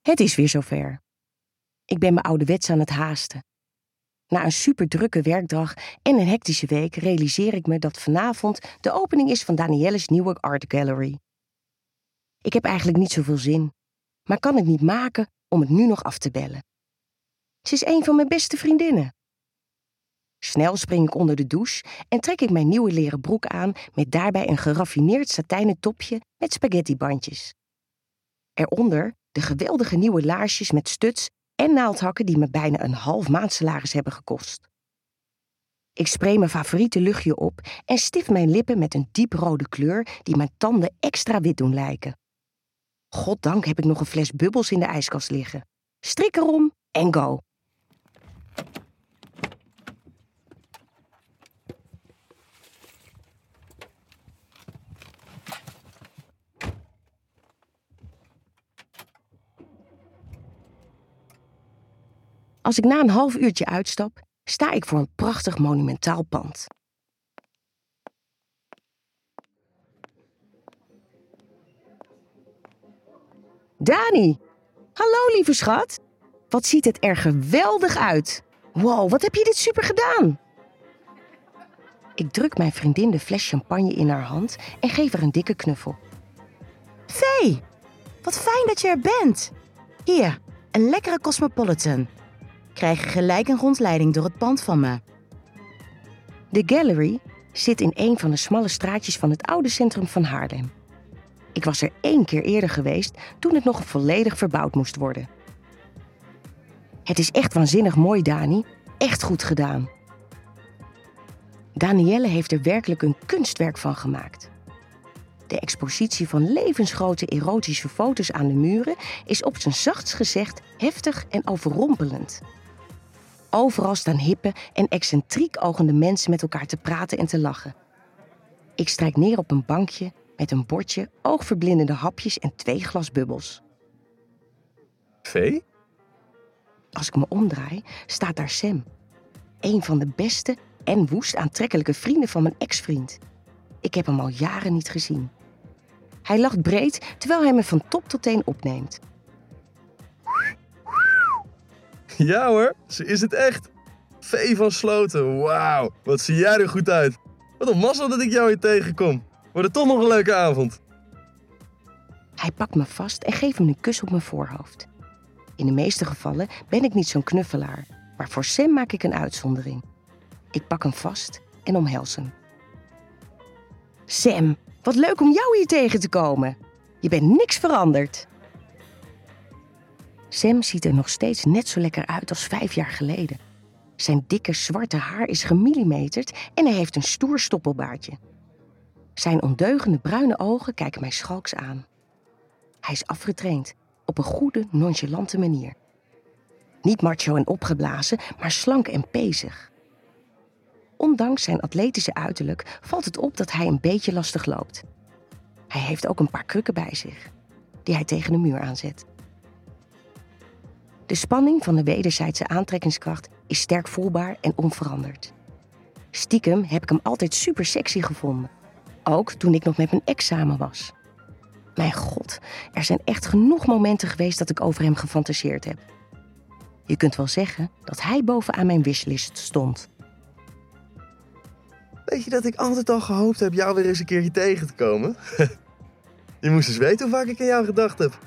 Het is weer zover. Ik ben me ouderwets aan het haasten. Na een superdrukke werkdag en een hectische week realiseer ik me dat vanavond de opening is van Danielle's nieuwe art gallery. Ik heb eigenlijk niet zoveel zin, maar kan het niet maken om het nu nog af te bellen. Ze is een van mijn beste vriendinnen. Snel spring ik onder de douche en trek ik mijn nieuwe leren broek aan met daarbij een geraffineerd satijnen topje met spaghettibandjes. Eronder de geweldige nieuwe laarsjes met studs en naaldhakken die me bijna een half maandsalaris hebben gekost. Ik spray mijn favoriete luchtje op en stif mijn lippen met een dieprode kleur die mijn tanden extra wit doen lijken. Goddank heb ik nog een fles bubbels in de ijskast liggen. Strik erom en go! Als ik na een half uurtje uitstap, sta ik voor een prachtig monumentaal pand. Dani! Hallo, lieve schat! Wat ziet het er geweldig uit! Wow, wat heb je dit super gedaan! Ik druk mijn vriendin de fles champagne in haar hand en geef haar een dikke knuffel. Vee, wat fijn dat je er bent. Hier, een lekkere Cosmopolitan. Krijg je gelijk een rondleiding door het pand van me. De gallery zit in een van de smalle straatjes van het oude centrum van Haarlem. Ik was er 1 keer eerder geweest toen het nog volledig verbouwd moest worden. Het is echt waanzinnig mooi, Dani. Echt goed gedaan. Danielle heeft er werkelijk een kunstwerk van gemaakt. De expositie van levensgrote erotische foto's aan de muren is op zijn zachtst gezegd heftig en overrompelend. Overal staan hippe en excentriek ogende mensen met elkaar te praten en te lachen. Ik strijk neer op een bankje met een bordje, oogverblindende hapjes en 2 glas bubbels. Vee? Als ik me omdraai, staat daar Sam. Een van de beste en woest aantrekkelijke vrienden van mijn ex-vriend. Ik heb hem al jaren niet gezien. Hij lacht breed terwijl hij me van top tot teen opneemt. Ja hoor, ze is het echt. Vee van Sloten, wauw. Wat zie jij er goed uit. Wat een mazzel dat ik jou hier tegenkom. Wordt het toch nog een leuke avond. Hij pakt me vast en geeft me een kus op mijn voorhoofd. In de meeste gevallen ben ik niet zo'n knuffelaar, maar voor Sam maak ik een uitzondering. Ik pak hem vast en omhels hem. Sam, wat leuk om jou hier tegen te komen. Je bent niks veranderd. Sam ziet er nog steeds net zo lekker uit als 5 jaar geleden. Zijn dikke zwarte haar is gemillimeterd en hij heeft een stoer stoppelbaardje. Zijn ondeugende bruine ogen kijken mij schalks aan. Hij is afgetraind, op een goede, nonchalante manier. Niet macho en opgeblazen, maar slank en pezig. Ondanks zijn atletische uiterlijk valt het op dat hij een beetje lastig loopt. Hij heeft ook een paar krukken bij zich, die hij tegen de muur aanzet. De spanning van de wederzijdse aantrekkingskracht is sterk voelbaar en onveranderd. Stiekem heb ik hem altijd super sexy gevonden. Ook toen ik nog met mijn ex samen was. Mijn god, er zijn echt genoeg momenten geweest dat ik over hem gefantaseerd heb. Je kunt wel zeggen dat hij bovenaan mijn wishlist stond. Weet je dat ik altijd al gehoopt heb jou weer eens een keertje tegen te komen? Je moest eens weten hoe vaak ik aan jou gedacht heb.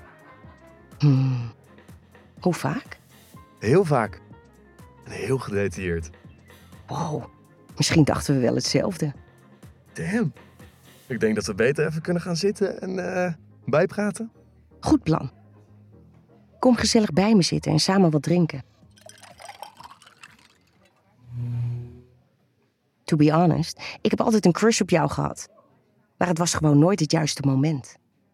Hoe vaak? Heel vaak. En heel gedetailleerd. Wow, misschien dachten we wel hetzelfde. Damn. Ik denk dat we beter even kunnen gaan zitten en bijpraten. Goed plan. Kom gezellig bij me zitten en samen wat drinken. To be honest, ik heb altijd een crush op jou gehad. Maar het was gewoon nooit het juiste moment.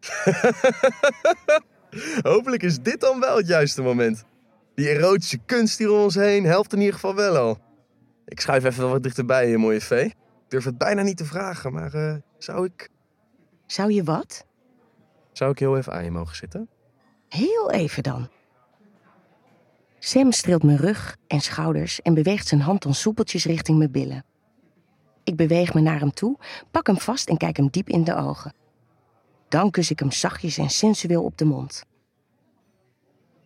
Hopelijk is dit dan wel het juiste moment. Die erotische kunst hier om ons heen helpt in ieder geval wel al. Ik schuif even wat dichterbij, je mooie vee. Ik durf het bijna niet te vragen, maar Zou je wat? Zou ik heel even aan je mogen zitten? Heel even dan. Sam streelt mijn rug en schouders en beweegt zijn hand dan soepeltjes richting mijn billen. Ik beweeg me naar hem toe, pak hem vast en kijk hem diep in de ogen. Dan kus ik hem zachtjes en sensueel op de mond.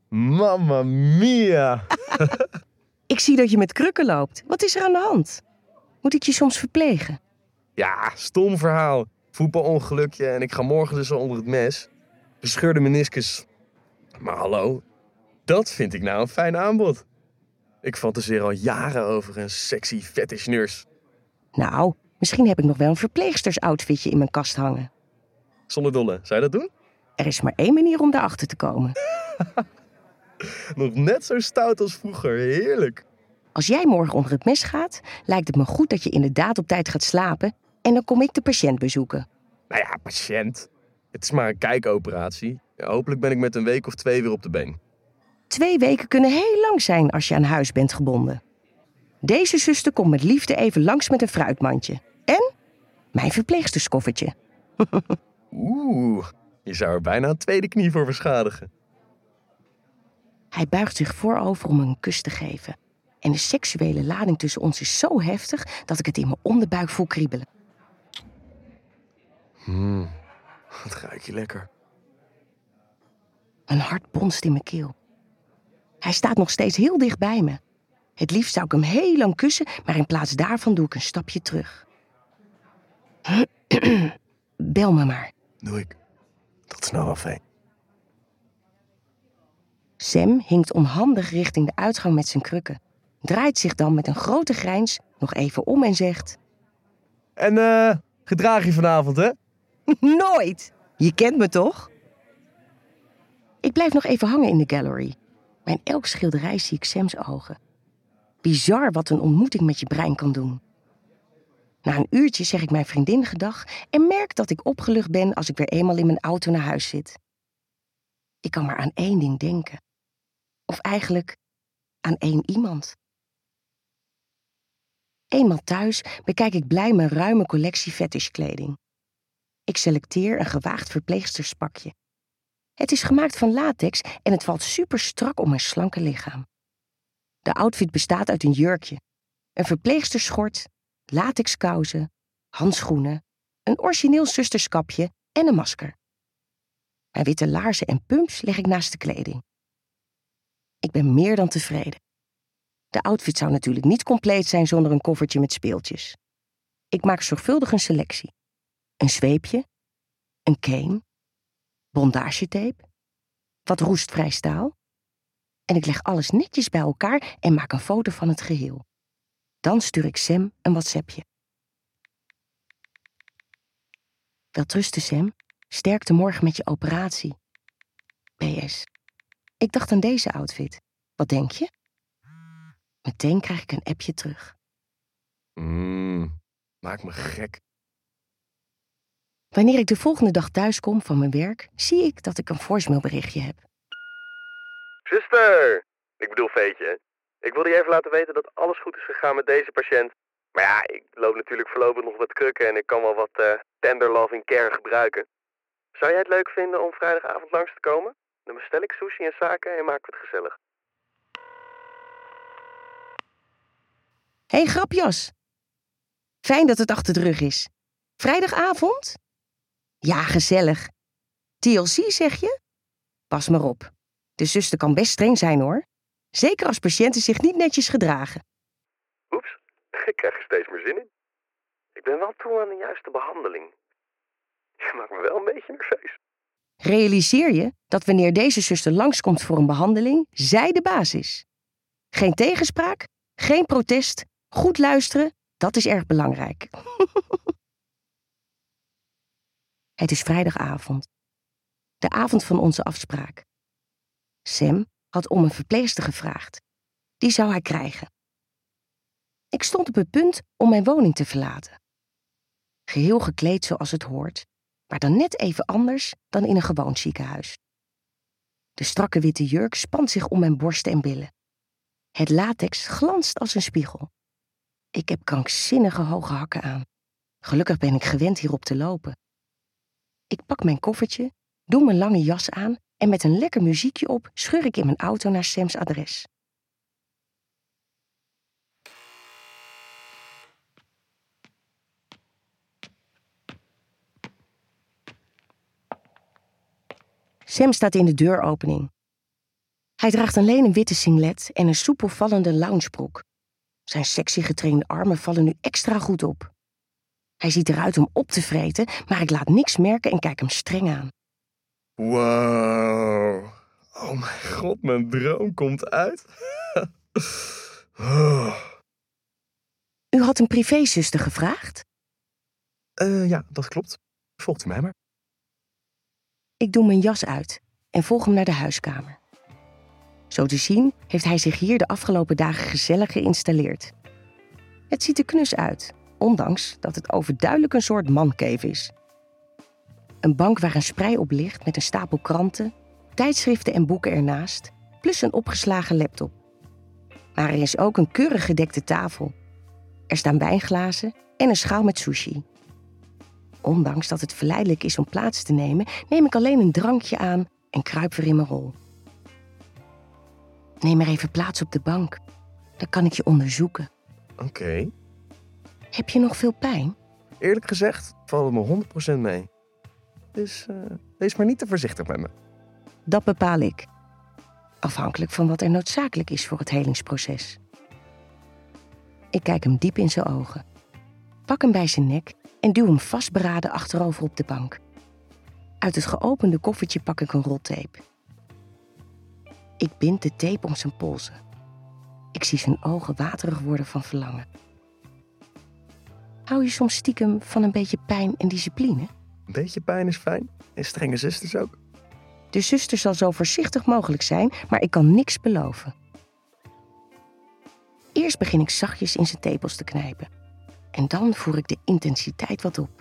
Mamma mia! Ik zie dat je met krukken loopt. Wat is er aan de hand? Moet ik je soms verplegen? Ja, stom verhaal. Voetbalongelukje en ik ga morgen dus al onder het mes. Gescheurde meniscus. Maar hallo, dat vind ik nou een fijn aanbod. Ik fantaseer al jaren over een sexy fetish nurse. Nou, misschien heb ik nog wel een verpleegstersoutfitje in mijn kast hangen. Zonder dolle, zou je dat doen? Er is maar één manier om daarachter te komen. Nog net zo stout als vroeger, heerlijk. Als jij morgen onder het mes gaat, lijkt het me goed dat je inderdaad op tijd gaat slapen en dan kom ik de patiënt bezoeken. Nou ja, patiënt. Het is maar een kijkoperatie. Ja, hopelijk ben ik met een week of 2 weer op de been. 2 weken kunnen heel lang zijn als je aan huis bent gebonden. Deze zuster komt met liefde even langs met een fruitmandje. En mijn verpleegsterskoffertje. Oeh, je zou er bijna een tweede knie voor beschadigen. Hij buigt zich voorover om me een kus te geven. En de seksuele lading tussen ons is zo heftig dat ik het in mijn onderbuik voel kriebelen. Wat ruik je lekker. Mijn hart bonst in mijn keel. Hij staat nog steeds heel dicht bij me. Het liefst zou ik hem heel lang kussen, maar in plaats daarvan doe ik een stapje terug. Bel me maar. Doe ik. Tot snel, Vee. Sam hinkt onhandig richting de uitgang met zijn krukken. Draait zich dan met een grote grijns nog even om en zegt... En gedraag je vanavond, hè? Nooit! Je kent me toch? Ik blijf nog even hangen in de gallery. Maar in elk schilderij zie ik Sams ogen. Bizar wat een ontmoeting met je brein kan doen. Na een uurtje zeg ik mijn vriendin gedag en merk dat ik opgelucht ben als ik weer eenmaal in mijn auto naar huis zit. Ik kan maar aan één ding denken. Of eigenlijk aan één iemand. Eenmaal thuis bekijk ik blij mijn ruime collectie fetishkleding. Ik selecteer een gewaagd verpleegsterspakje. Het is gemaakt van latex en het valt super strak om mijn slanke lichaam. De outfit bestaat uit een jurkje, een verpleegsterschort, latexkousen, handschoenen, een origineel zusterskapje en een masker. Mijn witte laarzen en pumps leg ik naast de kleding. Ik ben meer dan tevreden. De outfit zou natuurlijk niet compleet zijn zonder een koffertje met speeltjes. Ik maak zorgvuldig een selectie. Een zweepje, een cane, bondagetape, wat roestvrij staal. En ik leg alles netjes bij elkaar en maak een foto van het geheel. Dan stuur ik Sam een WhatsAppje. Welterusten, Sam. Sterkte morgen met je operatie. PS. Ik dacht aan deze outfit. Wat denk je? Meteen krijg ik een appje terug. Maak me gek. Wanneer ik de volgende dag thuis kom van mijn werk, zie ik dat ik een voicemailberichtje heb. Zuster! Ik bedoel Veetje. Ik wilde je even laten weten dat alles goed is gegaan met deze patiënt. Maar ja, ik loop natuurlijk voorlopig nog wat krukken en ik kan wel wat tender loving care gebruiken. Zou jij het leuk vinden om vrijdagavond langs te komen? Dan bestel ik sushi en sake en maken we het gezellig. Hey, grapjas! Fijn dat het achter de rug is. Vrijdagavond? Ja, gezellig. TLC zeg je? Pas maar op. De zuster kan best streng zijn hoor. Zeker als patiënten zich niet netjes gedragen. Oeps, ik krijg er steeds meer zin in. Ik ben wel toe aan de juiste behandeling. Je maakt me wel een beetje nerveus. Realiseer je dat wanneer deze zuster langskomt voor een behandeling, zij de baas is. Geen tegenspraak, geen protest, goed luisteren, dat is erg belangrijk. Het is vrijdagavond. De avond van onze afspraak. Sam had om een verpleegster gevraagd. Die zou hij krijgen. Ik stond op het punt om mijn woning te verlaten. Geheel gekleed zoals het hoort, maar dan net even anders dan in een gewoon ziekenhuis. De strakke witte jurk spant zich om mijn borsten en billen. Het latex glanst als een spiegel. Ik heb krankzinnige hoge hakken aan. Gelukkig ben ik gewend hierop te lopen. Ik pak mijn koffertje, doe mijn lange jas aan en met een lekker muziekje op scheur ik in mijn auto naar Sams adres. Sam staat in de deuropening. Hij draagt alleen een witte singlet en een soepel vallende loungebroek. Zijn sexy getrainde armen vallen nu extra goed op. Hij ziet eruit om op te vreten, maar ik laat niks merken en kijk hem streng aan. Wow. Oh mijn god, mijn droom komt uit. U had een privézuster gevraagd? Ja, dat klopt. Volgt u mij maar. Ik doe mijn jas uit en volg hem naar de huiskamer. Zo te zien heeft hij zich hier de afgelopen dagen gezellig geïnstalleerd. Het ziet er knus uit, ondanks dat het overduidelijk een soort mancave is. Een bank waar een sprei op ligt met een stapel kranten, tijdschriften en boeken ernaast, plus een opgeslagen laptop. Maar er is ook een keurig gedekte tafel. Er staan wijnglazen en een schaal met sushi. Ondanks dat het verleidelijk is om plaats te nemen, neem ik alleen een drankje aan en kruip weer in mijn rol. Neem maar even plaats op de bank. Dan kan ik je onderzoeken. Oké. Heb je nog veel pijn? Eerlijk gezegd valt het me 100% mee. Dus wees maar niet te voorzichtig met me. Dat bepaal ik. Afhankelijk van wat er noodzakelijk is voor het helingsproces. Ik kijk hem diep in zijn ogen. Pak hem bij zijn nek en duw hem vastberaden achterover op de bank. Uit het geopende koffertje pak ik een rol tape. Ik bind de tape om zijn polsen. Ik zie zijn ogen waterig worden van verlangen. Hou je soms stiekem van een beetje pijn en discipline? Een beetje pijn is fijn. En strenge zusters ook. De zuster zal zo voorzichtig mogelijk zijn, maar ik kan niks beloven. Eerst begin ik zachtjes in zijn tepels te knijpen. En dan voer ik de intensiteit wat op.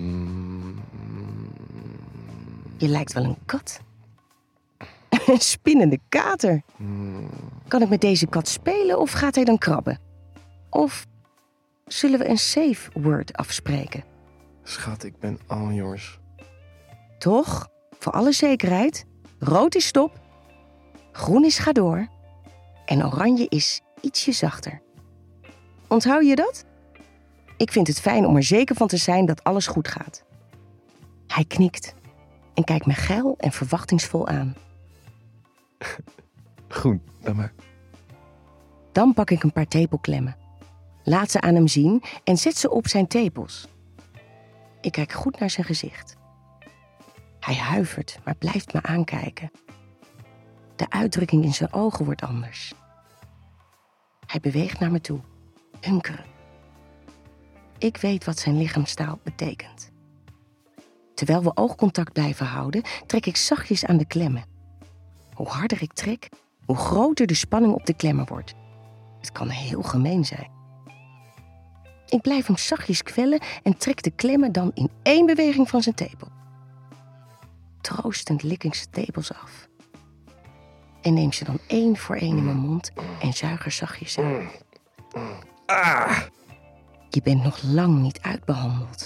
Je lijkt wel een kat. Een spinnende kater. Kan ik met deze kat spelen of gaat hij dan krabben? Of zullen we een safe word afspreken? Schat, ik ben al yours. Toch? Voor alle zekerheid. Rood is stop. Groen is ga door. En oranje is ietsje zachter. Onthoud je dat? Ik vind het fijn om er zeker van te zijn dat alles goed gaat. Hij knikt en kijkt me geil en verwachtingsvol aan. Goed, dan maar. Dan pak ik een paar tepelklemmen. Laat ze aan hem zien en zet ze op zijn tepels. Ik kijk goed naar zijn gezicht. Hij huivert, maar blijft me aankijken. De uitdrukking in zijn ogen wordt anders. Hij beweegt naar me toe, hunkeren. Ik weet wat zijn lichaamstaal betekent. Terwijl we oogcontact blijven houden, trek ik zachtjes aan de klemmen. Hoe harder ik trek, hoe groter de spanning op de klemmen wordt. Het kan heel gemeen zijn. Ik blijf hem zachtjes kwellen en trek de klemmen dan in één beweging van zijn tepel. Troostend lik ik zijn tepels af. En neem ze dan één voor één in mijn mond en zuig er zachtjes aan. Je bent nog lang niet uitbehandeld.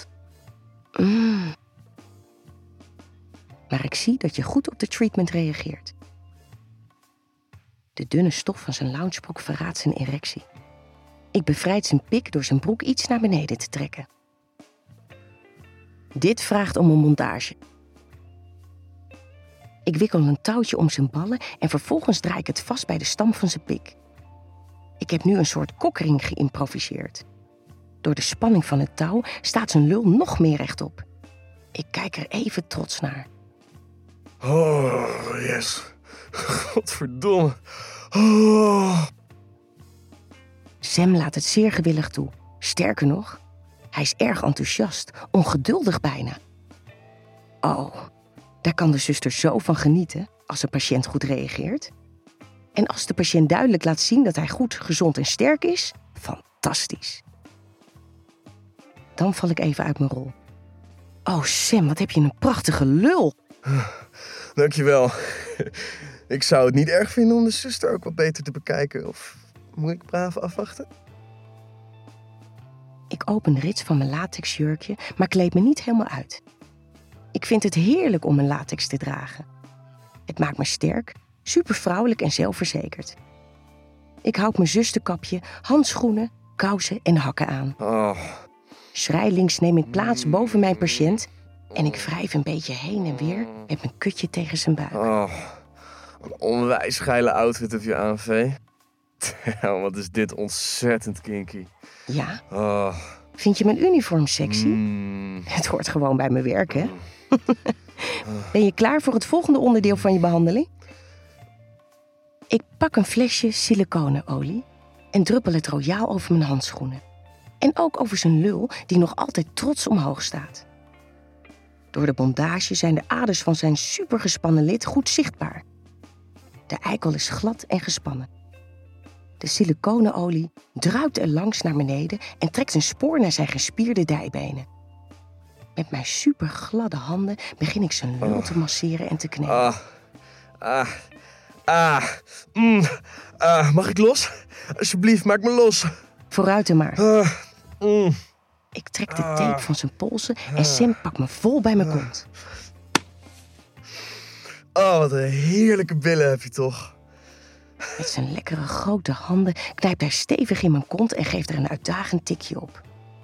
Maar ik zie dat je goed op de treatment reageert. De dunne stof van zijn loungebroek verraadt zijn erectie. Ik bevrijd zijn pik door zijn broek iets naar beneden te trekken. Dit vraagt om een montage. Ik wikkel een touwtje om zijn ballen en vervolgens draai ik het vast bij de stam van zijn pik. Ik heb nu een soort kokring geïmproviseerd. Door de spanning van het touw staat zijn lul nog meer rechtop. Ik kijk er even trots naar. Oh, yes. Godverdomme. Oh. Sam laat het zeer gewillig toe. Sterker nog, hij is erg enthousiast, ongeduldig bijna. Oh, daar kan de zuster zo van genieten als een patiënt goed reageert. En als de patiënt duidelijk laat zien dat hij goed, gezond en sterk is, fantastisch. Dan val ik even uit mijn rol. Oh Sam, wat heb je een prachtige lul. Dankjewel. Ik zou het niet erg vinden om de zuster ook wat beter te bekijken. Of moet ik braaf afwachten? Ik open de rits van mijn latexjurkje, maar kleed me niet helemaal uit. Ik vind het heerlijk om mijn latex te dragen. Het maakt me sterk, super vrouwelijk en zelfverzekerd. Ik houd mijn zusterkapje, handschoenen, kousen en hakken aan. Oh. Schrijlings neem ik plaats boven mijn patiënt en ik wrijf een beetje heen en weer met mijn kutje tegen zijn buik. Oh. Een onwijs geile outfit heb je aan, Vee. Wat is dit ontzettend kinky. Ja? Oh. Vind je mijn uniform sexy? Het hoort gewoon bij mijn werk, hè? Ben je klaar voor het volgende onderdeel van je behandeling? Ik pak een flesje siliconenolie en druppel het royaal over mijn handschoenen. En ook over zijn lul, die nog altijd trots omhoog staat. Door de bondage zijn de aders van zijn supergespannen lid goed zichtbaar. De eikel is glad en gespannen. De siliconenolie druipt er langs naar beneden en trekt een spoor naar zijn gespierde dijbenen. Met mijn supergladde handen begin ik zijn lul te masseren en te kneden. Mag ik los? Alsjeblieft, maak me los. Vooruit dan maar. Ik trek de tape van zijn polsen en Sam pakt me vol bij mijn kont. Oh, wat een heerlijke billen heb je toch. Met zijn lekkere grote handen knijpt hij stevig in mijn kont en geeft er een uitdagend tikje op.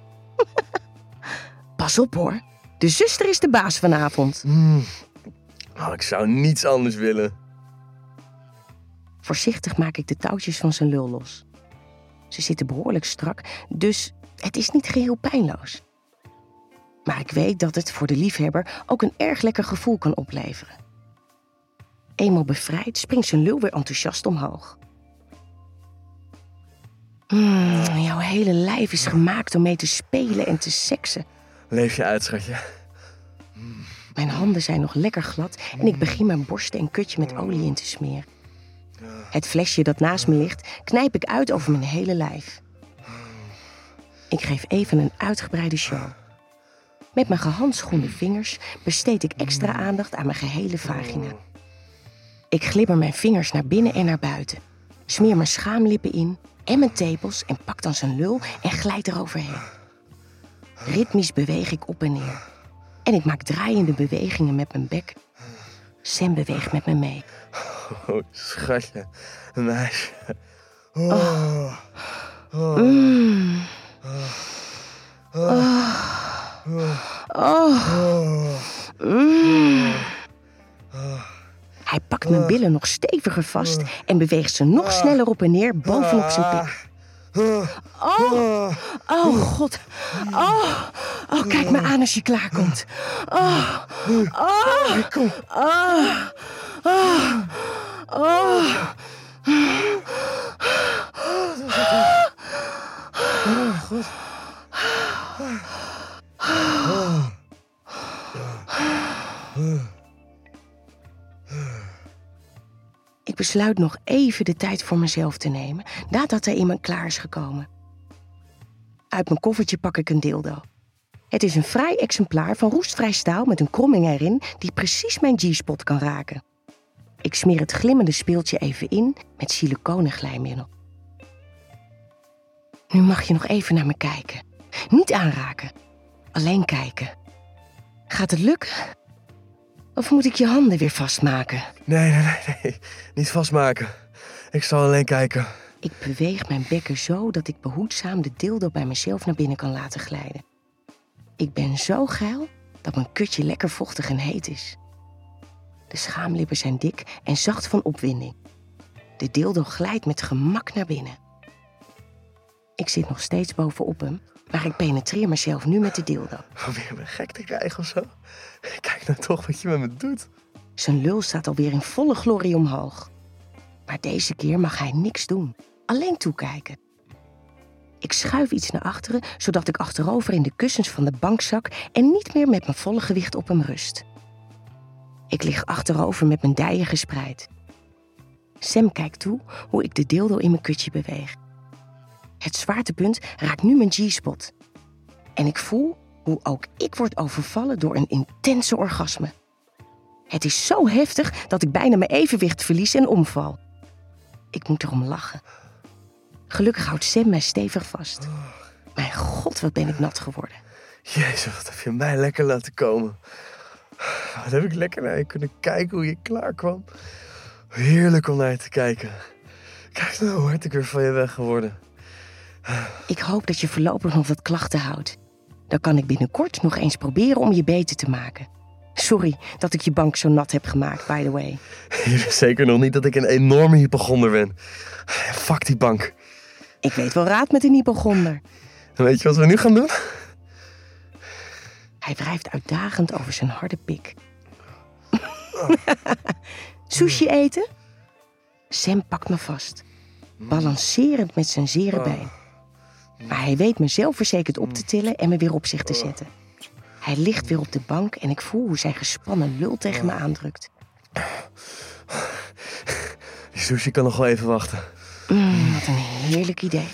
Pas op hoor, de zuster is de baas vanavond. Ik zou niets anders willen. Voorzichtig maak ik de touwtjes van zijn lul los. Ze zitten behoorlijk strak, dus het is niet geheel pijnloos. Maar ik weet dat het voor de liefhebber ook een erg lekker gevoel kan opleveren. Eenmaal bevrijd springt zijn lul weer enthousiast omhoog. Jouw hele lijf is gemaakt om mee te spelen en te seksen. Leef je uit, schatje. Mijn handen zijn nog lekker glad en ik begin mijn borsten en kutje met olie in te smeren. Het flesje dat naast me ligt knijp ik uit over mijn hele lijf. Ik geef even een uitgebreide show. Met mijn gehandschoende vingers besteed ik extra aandacht aan mijn gehele vagina. Ik glibber mijn vingers naar binnen en naar buiten. Smeer mijn schaamlippen in en mijn tepels en pak dan zijn lul en glijd eroverheen. Ritmisch beweeg ik op en neer. En ik maak draaiende bewegingen met mijn bek. Sam beweegt met me mee. Oh, schatje. Een meisje. Hij pakt mijn billen nog steviger vast en beweegt ze nog sneller op en neer bovenop zijn pik. Oh, god. Oh, kijk me aan als je klaarkomt. Kom. Goed. Ik besluit nog even de tijd voor mezelf te nemen nadat er iemand klaar is gekomen. Uit mijn koffertje pak ik een dildo. Het is een fraai exemplaar van roestvrij staal met een kromming erin die precies mijn G-spot kan raken. Ik smeer het glimmende speeltje even in met siliconen glijmiddel. Nu mag je nog even naar me kijken. Niet aanraken, alleen kijken. Gaat het lukken? Of moet ik je handen weer vastmaken? Nee. Niet vastmaken. Ik zal alleen kijken. Ik beweeg mijn bekken zo dat ik behoedzaam de dildo bij mezelf naar binnen kan laten glijden. Ik ben zo geil dat mijn kutje lekker vochtig en heet is. De schaamlippen zijn dik en zacht van opwinding. De dildo glijdt met gemak naar binnen. Ik zit nog steeds bovenop hem, maar ik penetreer mezelf nu met de dildo. Probeer me gek te krijgen of zo? Kijk nou toch wat je met me doet. Zijn lul staat alweer in volle glorie omhoog. Maar deze keer mag hij niks doen. Alleen toekijken. Ik schuif iets naar achteren, zodat ik achterover in de kussens van de bank zak en niet meer met mijn volle gewicht op hem rust. Ik lig achterover met mijn dijen gespreid. Sam kijkt toe hoe ik de dildo in mijn kutje beweeg. Het zwaartepunt raakt nu mijn G-spot. En ik voel hoe ook ik word overvallen door een intense orgasme. Het is zo heftig dat ik bijna mijn evenwicht verlies en omval. Ik moet erom lachen. Gelukkig houdt Sam mij stevig vast. Mijn god, wat ben ik nat geworden. Jezus, wat heb je mij lekker laten komen. Wat heb ik lekker naar je kunnen kijken hoe je klaar kwam. Heerlijk om naar je te kijken. Kijk nou hoe hard ik weer van je weg geworden. Ik hoop dat je voorlopig nog wat klachten houdt. Dan kan ik binnenkort nog eens proberen om je beter te maken. Sorry dat ik je bank zo nat heb gemaakt, by the way. Je wist zeker nog niet dat ik een enorme hypochonder ben. Fuck die bank. Ik weet wel raad met een hypochonder. Weet je wat we nu gaan doen? Hij wrijft uitdagend over zijn harde pik. Sushi eten? Sam pakt me vast, balancerend met zijn zere been. Maar hij weet me zelfverzekerd op te tillen en me weer op zich te zetten. Hij ligt weer op de bank en ik voel hoe zijn gespannen lul tegen me aandrukt. Die sushi kan nog wel even wachten. Wat een heerlijk idee.